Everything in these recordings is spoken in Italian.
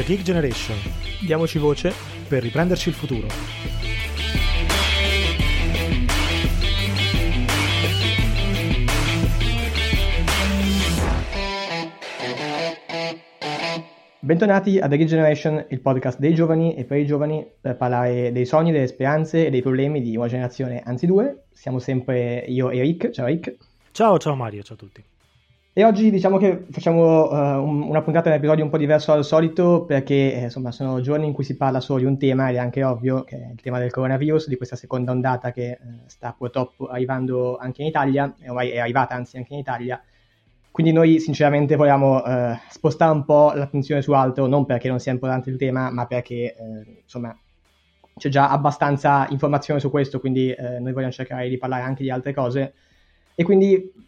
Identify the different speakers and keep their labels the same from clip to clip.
Speaker 1: Geek Generation.
Speaker 2: Diamoci voce
Speaker 1: per riprenderci il futuro.
Speaker 2: Bentornati a The Geek Generation, il podcast dei giovani e per i giovani, per parlare dei sogni, delle speranze e dei problemi di una generazione, anzi due. Siamo sempre io e Rick. Ciao Rick.
Speaker 1: Ciao Mario, ciao a tutti.
Speaker 2: E oggi diciamo che facciamo una puntata, un episodio un po' diverso dal solito, perché insomma sono giorni in cui si parla solo di un tema, ed è anche ovvio, che è il tema del coronavirus, di questa seconda ondata che sta purtroppo arrivando anche in Italia, e ormai è arrivata anzi anche in Italia. Quindi noi sinceramente volevamo spostare un po' l'attenzione su altro, non perché non sia importante il tema, ma perché insomma c'è già abbastanza informazione su questo, quindi noi vogliamo cercare di parlare anche di altre cose, e quindi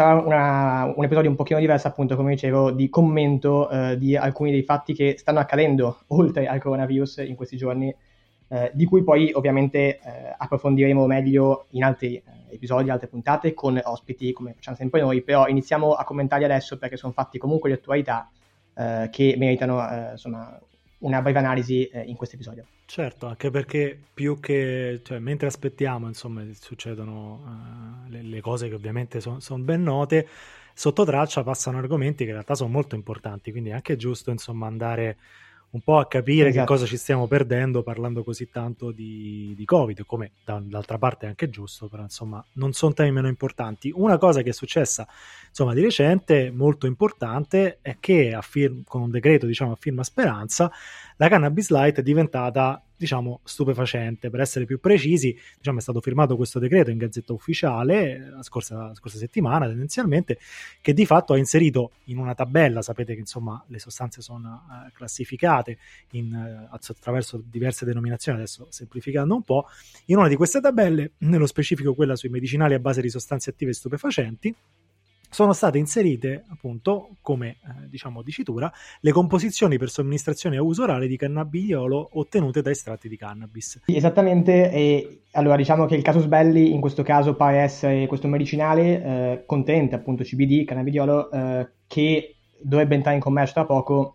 Speaker 2: sarà un episodio un pochino diverso, appunto, come dicevo, di commento di alcuni dei fatti che stanno accadendo oltre al coronavirus in questi giorni, di cui poi ovviamente approfondiremo meglio in altri episodi, altre puntate, con ospiti come facciamo sempre noi, però iniziamo a commentare adesso perché sono fatti comunque di attualità che meritano insomma una breve analisi in questo episodio.
Speaker 1: Certo, anche perché più che, cioè, mentre aspettiamo, insomma, succedono le cose che ovviamente sono ben note, sotto traccia passano argomenti che in realtà sono molto importanti, quindi è anche giusto, insomma, andare un po' a capire che cosa ci stiamo perdendo parlando così tanto di Covid, come dall'altra parte è anche giusto, però insomma non sono temi meno importanti. Una cosa che è successa insomma di recente, molto importante, è che con un decreto, diciamo, a firma Speranza, la cannabis light è diventata, diciamo, stupefacente. Per essere più precisi, diciamo, è stato firmato questo decreto in Gazzetta Ufficiale la scorsa settimana, tendenzialmente, che di fatto ha inserito in una tabella, sapete che insomma le sostanze sono classificate attraverso diverse denominazioni, adesso semplificando un po', in una di queste tabelle, nello specifico quella sui medicinali a base di sostanze attive stupefacenti, sono state inserite, appunto, come diciamo dicitura, le composizioni per somministrazione a uso orale di cannabidiolo ottenute da estratti di cannabis.
Speaker 2: Esattamente, e allora diciamo che il casus belli in questo caso pare essere questo medicinale contenente appunto CBD, cannabidiolo, che dovrebbe entrare in commercio tra poco,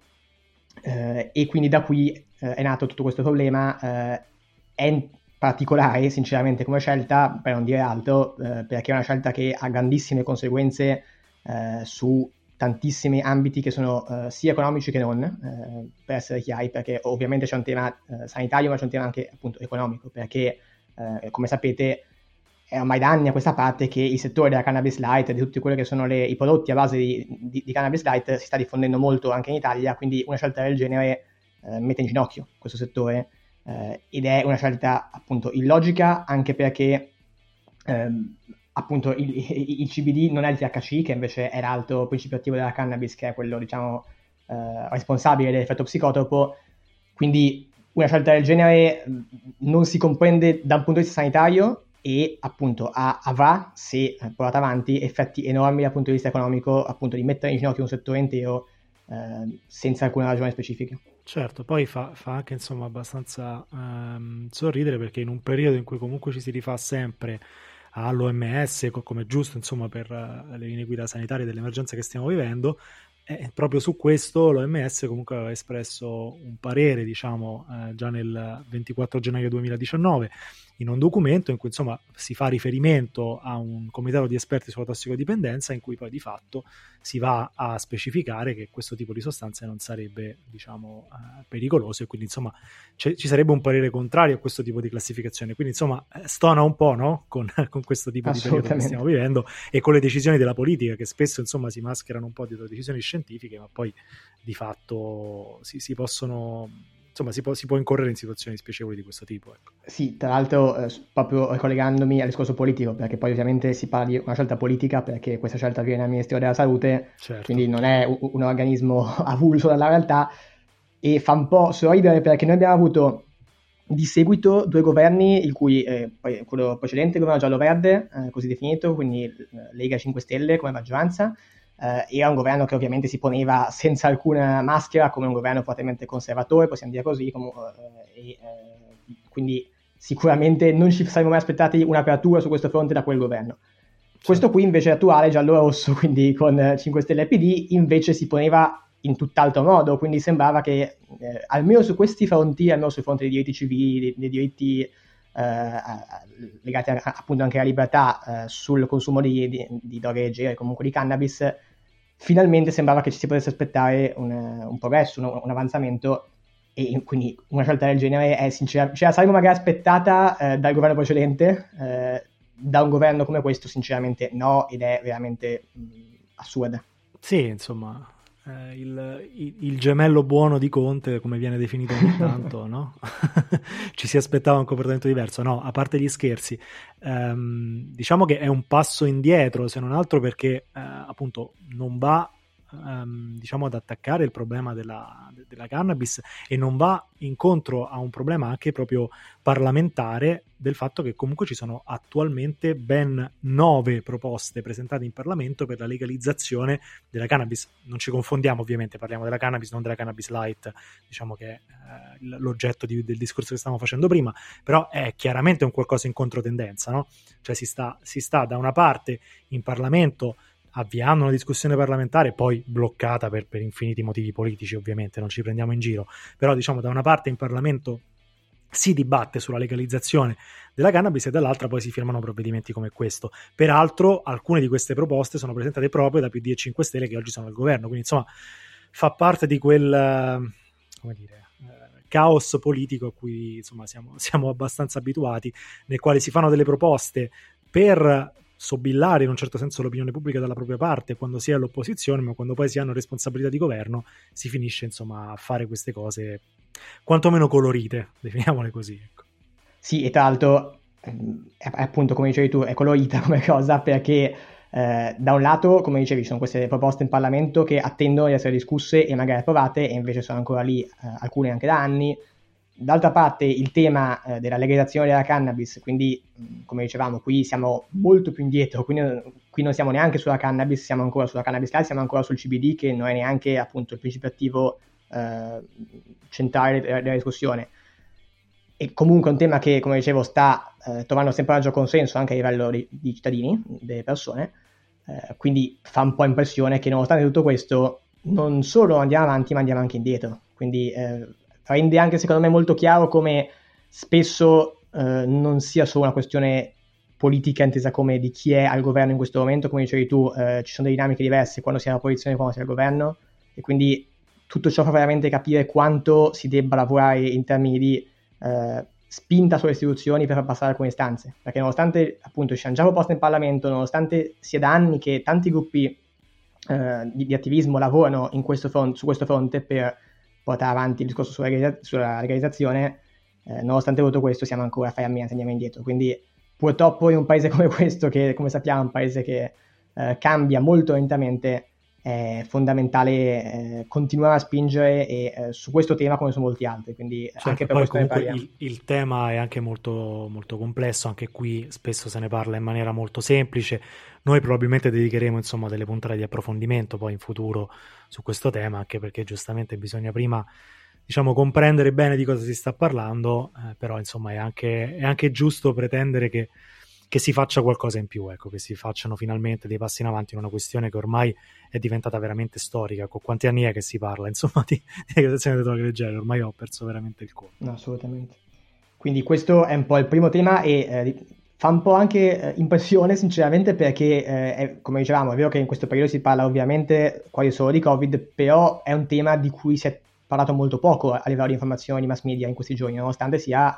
Speaker 2: e quindi da qui è nato tutto questo problema. È particolare sinceramente come scelta, per non dire altro, perché è una scelta che ha grandissime conseguenze su tantissimi ambiti che sono sia economici che non, per essere chiari, perché ovviamente c'è un tema sanitario, ma c'è un tema anche appunto economico, perché come sapete è ormai da anni a questa parte che il settore della cannabis light e di tutti quelli che sono i prodotti a base di cannabis light si sta diffondendo molto anche in Italia, quindi una scelta del genere mette in ginocchio questo settore. Ed è una scelta appunto illogica, anche perché appunto il CBD non è il THC, che invece è l'altro principio attivo della cannabis, che è quello, diciamo, responsabile dell'effetto psicotropo. Quindi una scelta del genere non si comprende da un punto di vista sanitario e appunto avrà, se portata avanti, effetti enormi dal punto di vista economico, appunto di mettere in ginocchio un settore intero senza alcuna ragione specifica.
Speaker 1: Certo, poi fa anche insomma abbastanza sorridere, perché in un periodo in cui comunque ci si rifà sempre all'OMS come giusto, insomma, per le linee guida sanitarie dell'emergenza che stiamo vivendo, proprio su questo l'OMS comunque aveva espresso un parere, diciamo, già nel 24 gennaio 2019 in un documento in cui insomma si fa riferimento a un comitato di esperti sulla tossicodipendenza, in cui poi di fatto si va a specificare che questo tipo di sostanze non sarebbe, diciamo, pericoloso, e quindi insomma ci sarebbe un parere contrario a questo tipo di classificazione. Quindi insomma stona un po', no? con questo tipo di periodo che stiamo vivendo e con le decisioni della politica, che spesso insomma si mascherano un po' dietro decisioni scientifiche, ma poi di fatto si possono, insomma, si può incorrere in situazioni spiacevoli di questo tipo, ecco.
Speaker 2: Sì, tra l'altro proprio ricollegandomi al discorso politico, perché poi ovviamente si parla di una scelta politica, perché questa scelta avviene al Ministero della Salute, certo, quindi non è un organismo avulso dalla realtà, e fa un po' sorridere perché noi abbiamo avuto di seguito due governi, il cui poi quello precedente, il governo giallo-verde, così definito, quindi Lega 5 Stelle come maggioranza, era un governo che ovviamente si poneva senza alcuna maschera come un governo fortemente conservatore, possiamo dire così, quindi sicuramente non ci saremmo mai aspettati un'apertura su questo fronte da quel governo. Questo qui invece attuale, giallo-rosso, quindi con 5 Stelle e PD, invece si poneva in tutt'altro modo, quindi sembrava che almeno su questi fronti, almeno sul fronte dei diritti civili, dei diritti legati appunto anche alla libertà sul consumo di droghe leggere, comunque di cannabis, finalmente sembrava che ci si potesse aspettare un progresso, un avanzamento, e quindi una scelta del genere è sincera, ce la saremmo magari aspettata dal governo precedente, da un governo come questo sinceramente no, ed è veramente assurda.
Speaker 1: Sì, insomma, il gemello buono di Conte, come viene definito ogni tanto, no? Ci si aspettava un comportamento diverso. No, a parte gli scherzi, diciamo che è un passo indietro, se non altro perché appunto non va diciamo ad attaccare il problema della cannabis e non va incontro a un problema anche proprio parlamentare del fatto che comunque ci sono attualmente ben 9 proposte presentate in Parlamento per la legalizzazione della cannabis. Non ci confondiamo, ovviamente, parliamo della cannabis, non della cannabis light, diciamo che è l'oggetto del discorso che stavamo facendo prima, però è chiaramente un qualcosa in controtendenza, no? Cioè si sta da una parte in Parlamento avviando una discussione parlamentare, poi bloccata per infiniti motivi politici, ovviamente, non ci prendiamo in giro, però diciamo da una parte in Parlamento si dibatte sulla legalizzazione della cannabis e dall'altra poi si firmano provvedimenti come questo. Peraltro alcune di queste proposte sono presentate proprio da PD e 5 Stelle che oggi sono al governo, quindi insomma fa parte di quel, come dire, caos politico a cui insomma siamo abbastanza abituati, nel quale si fanno delle proposte per sobillare in un certo senso l'opinione pubblica dalla propria parte quando si è all'opposizione, ma quando poi si hanno responsabilità di governo si finisce insomma a fare queste cose quantomeno colorite, definiamole così, ecco.
Speaker 2: Sì, e tra l'altro appunto come dicevi tu è colorita come cosa perché da un lato, come dicevi, ci sono queste proposte in Parlamento che attendono di essere discusse e magari approvate, e invece sono ancora lì alcune anche da anni. D'altra parte il tema della legalizzazione della cannabis, quindi come dicevamo qui siamo molto più indietro, quindi qui non siamo neanche sulla cannabis, siamo ancora sulla cannabis light, siamo ancora sul CBD, che non è neanche appunto il principio attivo centrale della discussione. E comunque è un tema che, come dicevo, sta trovando sempre maggior consenso anche a livello di cittadini, delle persone, quindi fa un po' impressione che nonostante tutto questo non solo andiamo avanti ma andiamo anche indietro, quindi rende anche secondo me molto chiaro come spesso non sia solo una questione politica intesa come di chi è al governo in questo momento, come dicevi tu, ci sono delle dinamiche diverse quando si è all'opposizione e quando si è al governo, e quindi tutto ciò fa veramente capire quanto si debba lavorare in termini di spinta sulle istituzioni per far passare alcune istanze, perché nonostante appunto ci siano già proposte in Parlamento, nonostante sia da anni che tanti gruppi di attivismo lavorano su questo fronte per portare avanti il discorso sulla legalizzazione, nonostante tutto questo siamo ancora fermi, andiamo indietro. Quindi purtroppo in un paese come questo, che come sappiamo è un paese che cambia molto lentamente, è fondamentale continuare a spingere e su questo tema come su molti altri, quindi
Speaker 1: certo,
Speaker 2: anche per
Speaker 1: poi
Speaker 2: questo
Speaker 1: comunque il tema è anche molto, molto complesso, anche qui spesso se ne parla in maniera molto semplice. Noi probabilmente dedicheremo insomma delle puntate di approfondimento poi in futuro su questo tema, anche perché giustamente bisogna prima diciamo comprendere bene di cosa si sta parlando, però insomma è anche giusto pretendere che si faccia qualcosa in più, ecco, che si facciano finalmente dei passi in avanti in una questione che ormai è diventata veramente storica. Con quanti anni è che si parla insomma di legalizzazione delle droghe leggere? Ormai ho perso veramente il conto.
Speaker 2: No, assolutamente. Quindi questo è un po' il primo tema e fa un po' anche impressione sinceramente perché come dicevamo è vero che in questo periodo si parla ovviamente quasi solo di Covid, però è un tema di cui si è parlato molto poco a livello di informazioni di mass media in questi giorni, nonostante sia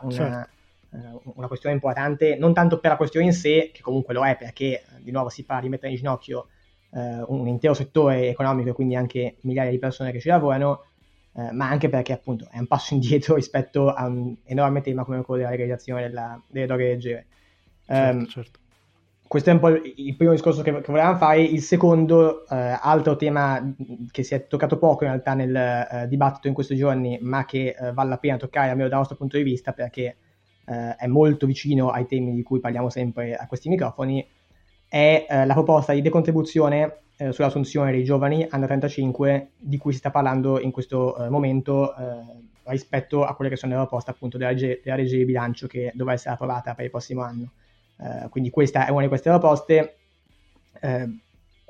Speaker 2: una questione importante, non tanto per la questione in sé, che comunque lo è, perché di nuovo si parla di mettere in ginocchio un intero settore economico e quindi anche migliaia di persone che ci lavorano, ma anche perché appunto è un passo indietro rispetto a un enorme tema come quello della legalizzazione delle droghe leggere.
Speaker 1: Certo.
Speaker 2: Questo è un po' il primo discorso che volevamo fare. Il secondo, altro tema che si è toccato poco in realtà nel dibattito in questi giorni, ma che vale la pena toccare almeno dal nostro punto di vista perché è molto vicino ai temi di cui parliamo sempre a questi microfoni, è la proposta di decontribuzione sull'assunzione dei giovani under 35 di cui si sta parlando in questo momento rispetto a quelle che sono le proposte appunto della legge di bilancio che dovrà essere approvata per il prossimo anno. Quindi questa è una di queste proposte.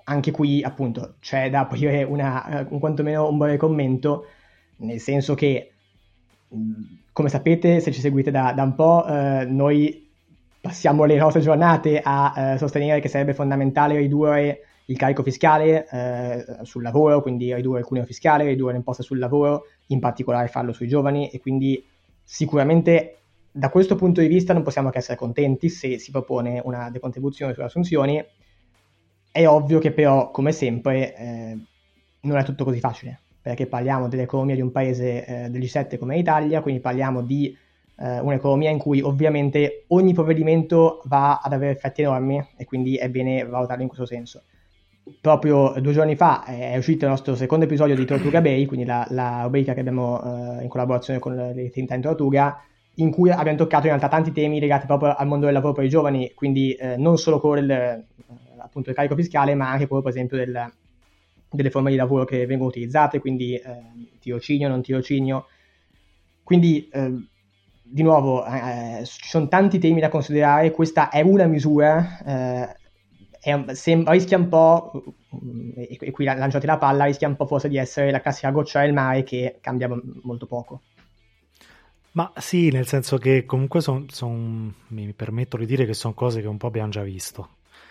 Speaker 2: anche qui appunto c'è da aprire quantomeno un breve commento, nel senso che, come sapete, se ci seguite da un po', noi passiamo le nostre giornate a sostenere che sarebbe fondamentale ridurre il carico fiscale sul lavoro, quindi ridurre il cuneo fiscale, ridurre l'imposta sul lavoro, in particolare farlo sui giovani, e quindi sicuramente da questo punto di vista non possiamo che essere contenti se si propone una decontribuzione sulle assunzioni. È ovvio che però, come sempre, non è tutto così facile, perché parliamo dell'economia di un paese del G7 come l'Italia, quindi parliamo di un'economia in cui ovviamente ogni provvedimento va ad avere effetti enormi, e quindi è bene valutarlo in questo senso. Proprio 2 giorni fa è uscito il nostro secondo episodio di Tortuga Bay, quindi la rubrica che abbiamo in collaborazione con le think tank Tortuga, in cui abbiamo toccato in realtà tanti temi legati proprio al mondo del lavoro per i giovani, quindi non solo quello appunto del carico fiscale, ma anche quello per esempio delle forme di lavoro che vengono utilizzate, quindi tirocinio, non tirocinio. Quindi di nuovo ci sono tanti temi da considerare. Questa è una misura, rischia un po', e qui lanciate la palla, rischia un po' forse di essere la classica goccia del mare che cambia molto poco.
Speaker 1: Ma sì, nel senso che comunque mi permetto di dire che sono cose che un po' abbiamo già visto.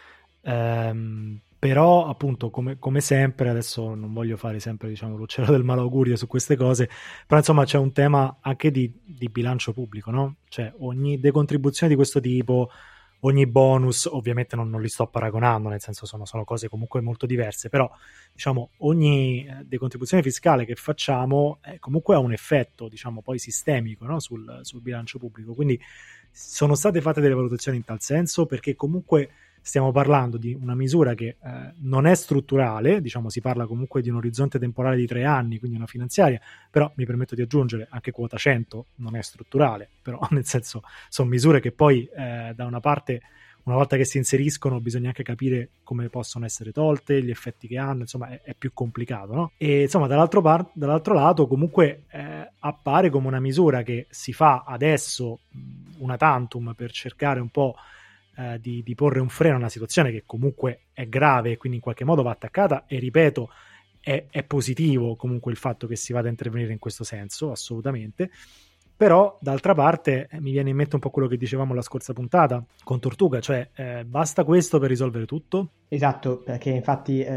Speaker 1: Però appunto come sempre, adesso non voglio fare sempre l'uccello del malaugurio su queste cose, però insomma c'è un tema anche di bilancio pubblico, no? Cioè ogni decontribuzione di questo tipo, ogni bonus, ovviamente non li sto paragonando, nel senso sono cose comunque molto diverse, però ogni decontribuzione fiscale che facciamo comunque ha un effetto poi sistemico, no? sul bilancio pubblico, quindi sono state fatte delle valutazioni in tal senso, perché comunque stiamo parlando di una misura che non è strutturale, si parla comunque di un orizzonte temporale di 3 anni, quindi una finanziaria, però mi permetto di aggiungere anche quota 100 non è strutturale, però nel senso sono misure che poi da una parte, una volta che si inseriscono, bisogna anche capire come possono essere tolte, gli effetti che hanno, insomma è più complicato, no? E insomma dall'altro lato comunque appare come una misura che si fa adesso una tantum per cercare un po' di porre un freno a una situazione che comunque è grave e quindi in qualche modo va attaccata, e ripeto è positivo comunque il fatto che si vada a intervenire in questo senso, assolutamente. Però d'altra parte mi viene in mente un po' quello che dicevamo la scorsa puntata con Tortuga, cioè basta questo per risolvere tutto?
Speaker 2: Esatto, perché infatti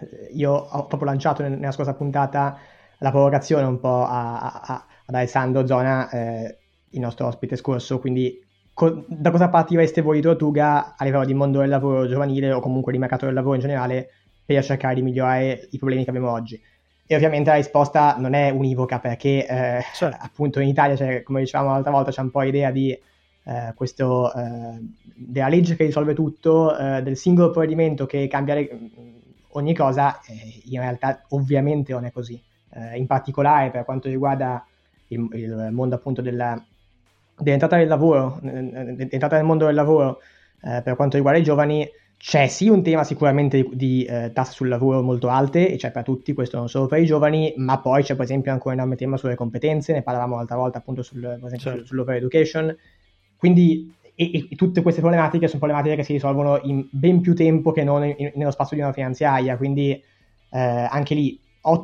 Speaker 2: io ho proprio lanciato nella scorsa puntata la provocazione un po' ad Alessandro Zona, il nostro ospite scorso, quindi da cosa partireste voi di Tortuga a livello di mondo del lavoro giovanile o comunque di mercato del lavoro in generale per cercare di migliorare i problemi che abbiamo oggi? E ovviamente la risposta non è univoca, perché
Speaker 1: certo.
Speaker 2: appunto in Italia, come dicevamo l'altra volta, c'è un po' l'idea di questo della legge che risolve tutto, del singolo provvedimento che cambia ogni cosa. In realtà ovviamente non è così, in particolare per quanto riguarda il mondo appunto dell'entrata del lavoro, dell'entrata nel mondo del lavoro. Per quanto riguarda i giovani c'è sì un tema sicuramente di tasse sul lavoro molto alte, e c'è per tutti, questo non solo per i giovani, ma poi c'è per esempio anche un enorme tema sulle competenze, ne parlavamo l'altra volta appunto per esempio
Speaker 1: certo.
Speaker 2: sull'over education. Quindi e tutte queste problematiche sono problematiche che si risolvono in ben più tempo che non nello spazio di una finanziaria, quindi anche lì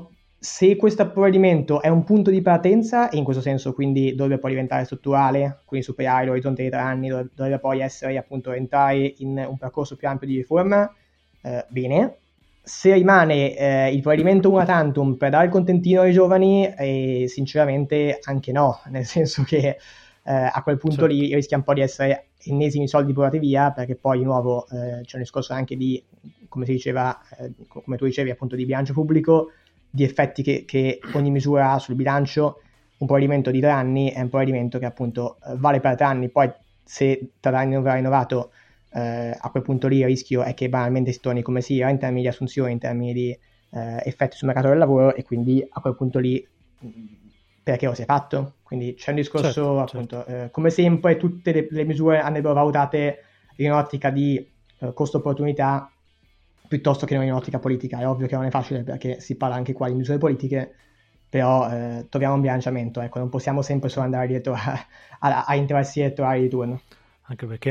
Speaker 2: se questo provvedimento è un punto di partenza, e in questo senso quindi dovrebbe poi diventare strutturale, quindi superare l'orizzonte dei 3 anni, dovrebbe poi essere appunto entrare in un percorso più ampio di riforma, bene. Se rimane il provvedimento una tantum per dare il contentino ai giovani, sinceramente anche no, nel senso che a quel punto certo, lì rischia un po' di essere ennesimi soldi buttati via, perché poi di nuovo c'è un discorso anche di, come si diceva, come tu dicevi appunto, di bilancio pubblico, di effetti che ogni misura ha sul bilancio. Un provvedimento di 3 anni è un provvedimento che appunto vale per 3 anni, poi se 3 anni non verrà rinnovato, a quel punto lì il rischio è che banalmente si torni come si era in termini di assunzioni, in termini di effetti sul mercato del lavoro, e quindi a quel punto lì perché lo si è fatto? Quindi c'è un discorso, certo, appunto, certo. Come sempre tutte le misure andrebbero valutate in un'ottica di costo-opportunità piuttosto che non in un'ottica politica. È ovvio che non è facile, perché si parla anche qua di misure politiche, però troviamo un bilanciamento, ecco, non possiamo sempre solo andare dietro a interessi elettorali di turno.
Speaker 1: Anche perché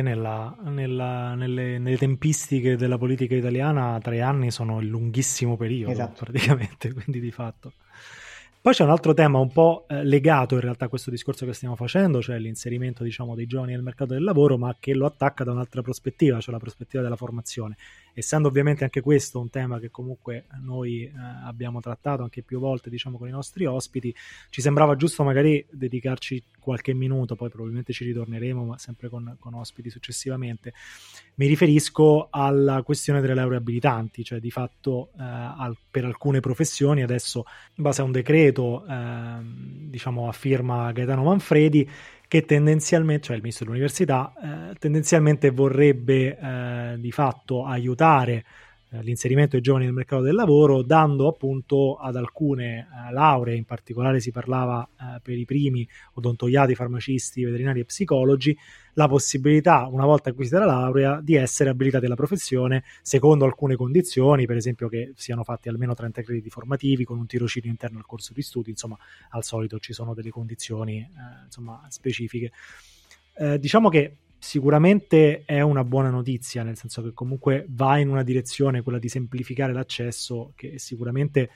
Speaker 1: nelle tempistiche della politica italiana 3 anni sono il lunghissimo periodo,
Speaker 2: Esatto.
Speaker 1: praticamente, quindi di fatto. Poi c'è un altro tema un po' legato in realtà a questo discorso che stiamo facendo, cioè l'inserimento, diciamo, dei giovani nel mercato del lavoro, ma che lo attacca da un'altra prospettiva, cioè la prospettiva della formazione. Essendo ovviamente anche questo un tema che comunque noi abbiamo trattato anche più volte, diciamo, con i nostri ospiti, ci sembrava giusto magari dedicarci qualche minuto, poi probabilmente ci ritorneremo, ma sempre con ospiti successivamente. Mi riferisco alla questione delle lauree abilitanti, cioè di fatto per alcune professioni adesso, in base a un decreto diciamo a firma Gaetano Manfredi, che tendenzialmente, cioè il ministro dell'università, tendenzialmente vorrebbe di fatto aiutare l'inserimento dei giovani nel mercato del lavoro, dando appunto ad alcune lauree, in particolare si parlava per i primi odontoiatri, farmacisti, veterinari e psicologi, la possibilità, una volta acquisita la laurea, di essere abilitati alla professione secondo alcune condizioni, per esempio che siano fatti almeno 30 crediti formativi con un tirocinio interno al corso di studi, insomma al solito ci sono delle condizioni insomma specifiche. Diciamo che sicuramente è una buona notizia, nel senso che comunque va in una direzione, quella di semplificare l'accesso, che sicuramente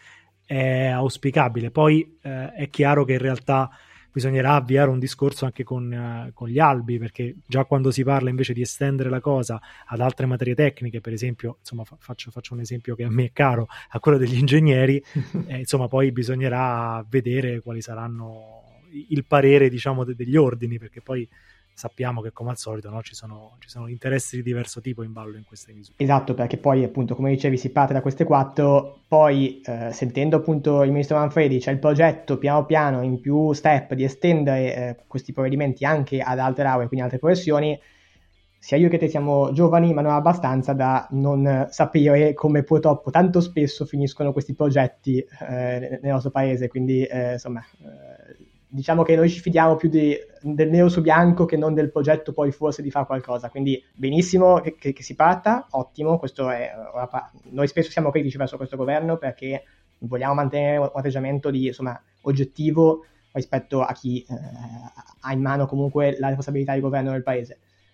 Speaker 1: è auspicabile. Poi è chiaro che in realtà bisognerà avviare un discorso anche con gli albi, perché già quando si parla invece di estendere la cosa ad altre materie tecniche, per esempio, insomma faccio un esempio che a me è caro, a quello degli ingegneri, insomma poi bisognerà vedere quali saranno il parere, diciamo, degli ordini, perché poi sappiamo che come al solito, no, ci sono interessi di diverso tipo in ballo in queste misure.
Speaker 2: Esatto, perché poi appunto come dicevi si parte da queste 4, poi sentendo appunto il ministro Manfredi c'è il progetto piano piano in più step di estendere questi provvedimenti anche ad altre lauree, quindi altre professioni. Sia io che te siamo giovani, ma non abbastanza da non sapere come purtroppo tanto spesso finiscono questi progetti nel nostro paese, quindi insomma diciamo che noi ci fidiamo più del nero su bianco che non del progetto poi forse di fare qualcosa, quindi benissimo che si parta, ottimo, questo è, noi spesso siamo critici verso questo governo perché vogliamo mantenere un atteggiamento di, insomma, oggettivo rispetto a chi ha in mano comunque la responsabilità di governo del paese.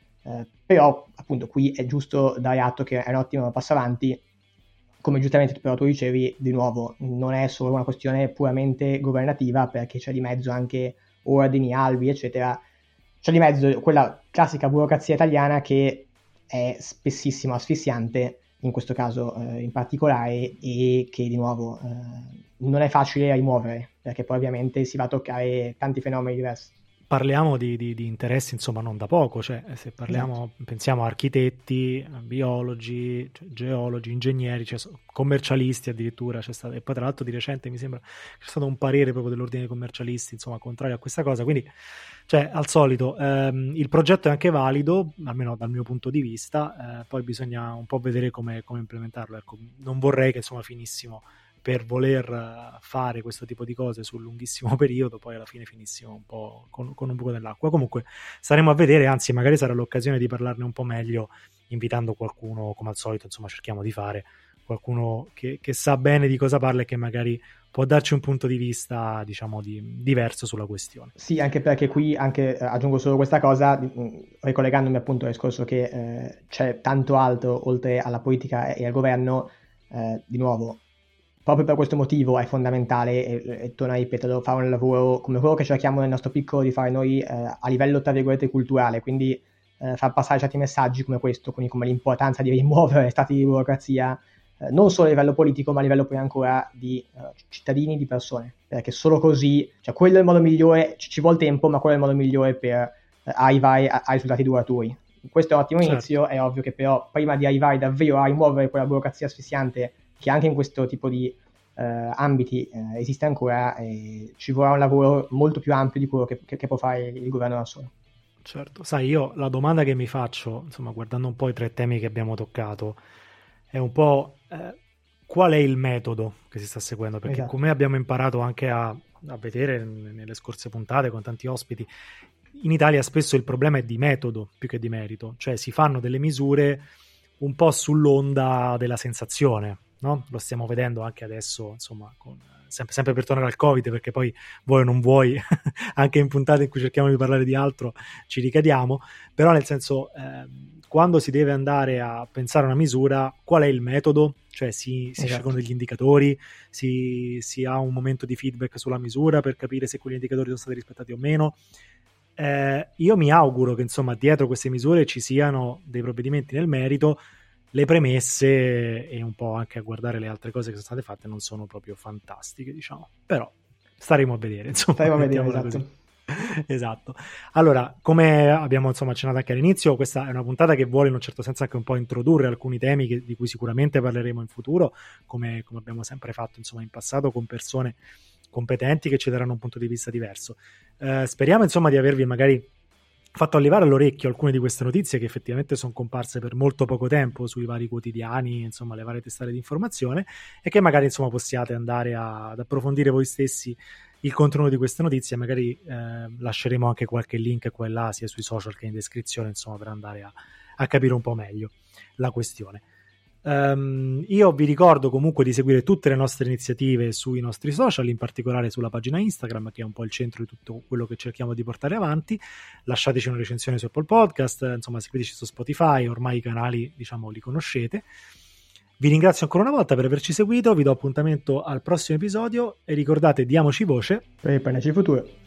Speaker 2: Però appunto qui è giusto dare atto che è un ottimo passo avanti, come giustamente però tu dicevi, di nuovo non è solo una questione puramente governativa, perché c'è di mezzo anche ordini, albi eccetera, c'è di mezzo quella classica burocrazia italiana che è spessissimo asfissiante in questo caso in particolare, e che di nuovo non è facile rimuovere, perché poi ovviamente si va a toccare tanti fenomeni diversi.
Speaker 1: Parliamo di interessi, insomma, non da poco, cioè se parliamo, esatto, pensiamo a architetti, biologi, cioè, geologi, ingegneri, cioè, commercialisti addirittura, c'è stato, e poi tra l'altro di recente mi sembra c'è stato un parere proprio dell'ordine dei commercialisti, insomma, contrario a questa cosa, quindi cioè, al solito il progetto è anche valido, almeno dal mio punto di vista, poi bisogna un po' vedere come implementarlo, ecco, non vorrei che insomma finissimo per voler fare questo tipo di cose sul lunghissimo periodo, poi alla fine finissimo un po' con un buco nell'acqua. Comunque staremo a vedere, anzi magari sarà l'occasione di parlarne un po' meglio, invitando qualcuno, come al solito, insomma cerchiamo di fare, qualcuno che sa bene di cosa parla e che magari può darci un punto di vista, diciamo, diverso sulla questione.
Speaker 2: Sì, anche perché qui, anche aggiungo solo questa cosa, ricollegandomi appunto al discorso che c'è tanto altro oltre alla politica e al governo, di nuovo, proprio per questo motivo è fondamentale, e torno a ripeterlo, fare un lavoro come quello che cerchiamo nel nostro piccolo di fare noi a livello, tra virgolette, culturale, quindi far passare certi messaggi come questo, quindi come l'importanza di rimuovere stati di burocrazia, non solo a livello politico, ma a livello poi ancora di cittadini, di persone, perché solo così, cioè quello è il modo migliore, ci vuole tempo, ma quello è il modo migliore per arrivare a risultati duraturi. Questo è un ottimo inizio, è ovvio che però prima di arrivare davvero a rimuovere quella burocrazia asfissiante che anche in questo tipo di ambiti esiste ancora, ci vorrà un lavoro molto più ampio di quello che può fare il governo da solo.
Speaker 1: Certo, sai, io la domanda che mi faccio, insomma, guardando un po' i 3 temi che abbiamo toccato, è un po' qual è il metodo che si sta seguendo, perché
Speaker 2: esatto,
Speaker 1: come abbiamo imparato anche a vedere nelle scorse puntate con tanti ospiti, in Italia spesso il problema è di metodo più che di merito, cioè si fanno delle misure un po' sull'onda della sensazione, no? Lo stiamo vedendo anche adesso, insomma, con sempre per tornare al Covid, perché poi vuoi o non vuoi, anche in puntate in cui cerchiamo di parlare di altro ci ricadiamo, però nel senso, quando si deve andare a pensare a una misura, qual è il metodo? Cioè si scelgono degli indicatori, si ha un momento di feedback sulla misura per capire se quegli indicatori sono stati rispettati o meno. Io mi auguro che insomma dietro queste misure ci siano dei provvedimenti nel merito. Le premesse e un po' anche a guardare le altre cose che sono state fatte non sono proprio fantastiche, diciamo, però staremo a vedere, insomma.
Speaker 2: Staremo a vedere, esatto.
Speaker 1: Così. Esatto. Allora, come abbiamo insomma accennato anche all'inizio, questa è una puntata che vuole in un certo senso anche un po' introdurre alcuni temi di cui sicuramente parleremo in futuro, come abbiamo sempre fatto insomma in passato con persone competenti che ci daranno un punto di vista diverso. Speriamo insomma di avervi magari fatto arrivare all'orecchio alcune di queste notizie che effettivamente sono comparse per molto poco tempo sui vari quotidiani, insomma le varie testate di informazione, e che magari insomma possiate andare ad approfondire voi stessi il contenuto di queste notizie. Magari lasceremo anche qualche link qua e là sia sui social che in descrizione, insomma, per andare a capire un po' meglio la questione. Io vi ricordo comunque di seguire tutte le nostre iniziative sui nostri social, in particolare sulla pagina Instagram, che è un po' il centro di tutto quello che cerchiamo di portare avanti. Lasciateci una recensione su Apple Podcast, insomma seguiteci su Spotify, ormai i canali diciamo li conoscete. Vi ringrazio ancora una volta per averci seguito, vi do appuntamento al prossimo episodio e ricordate, diamoci voce
Speaker 2: per il PNC futuro.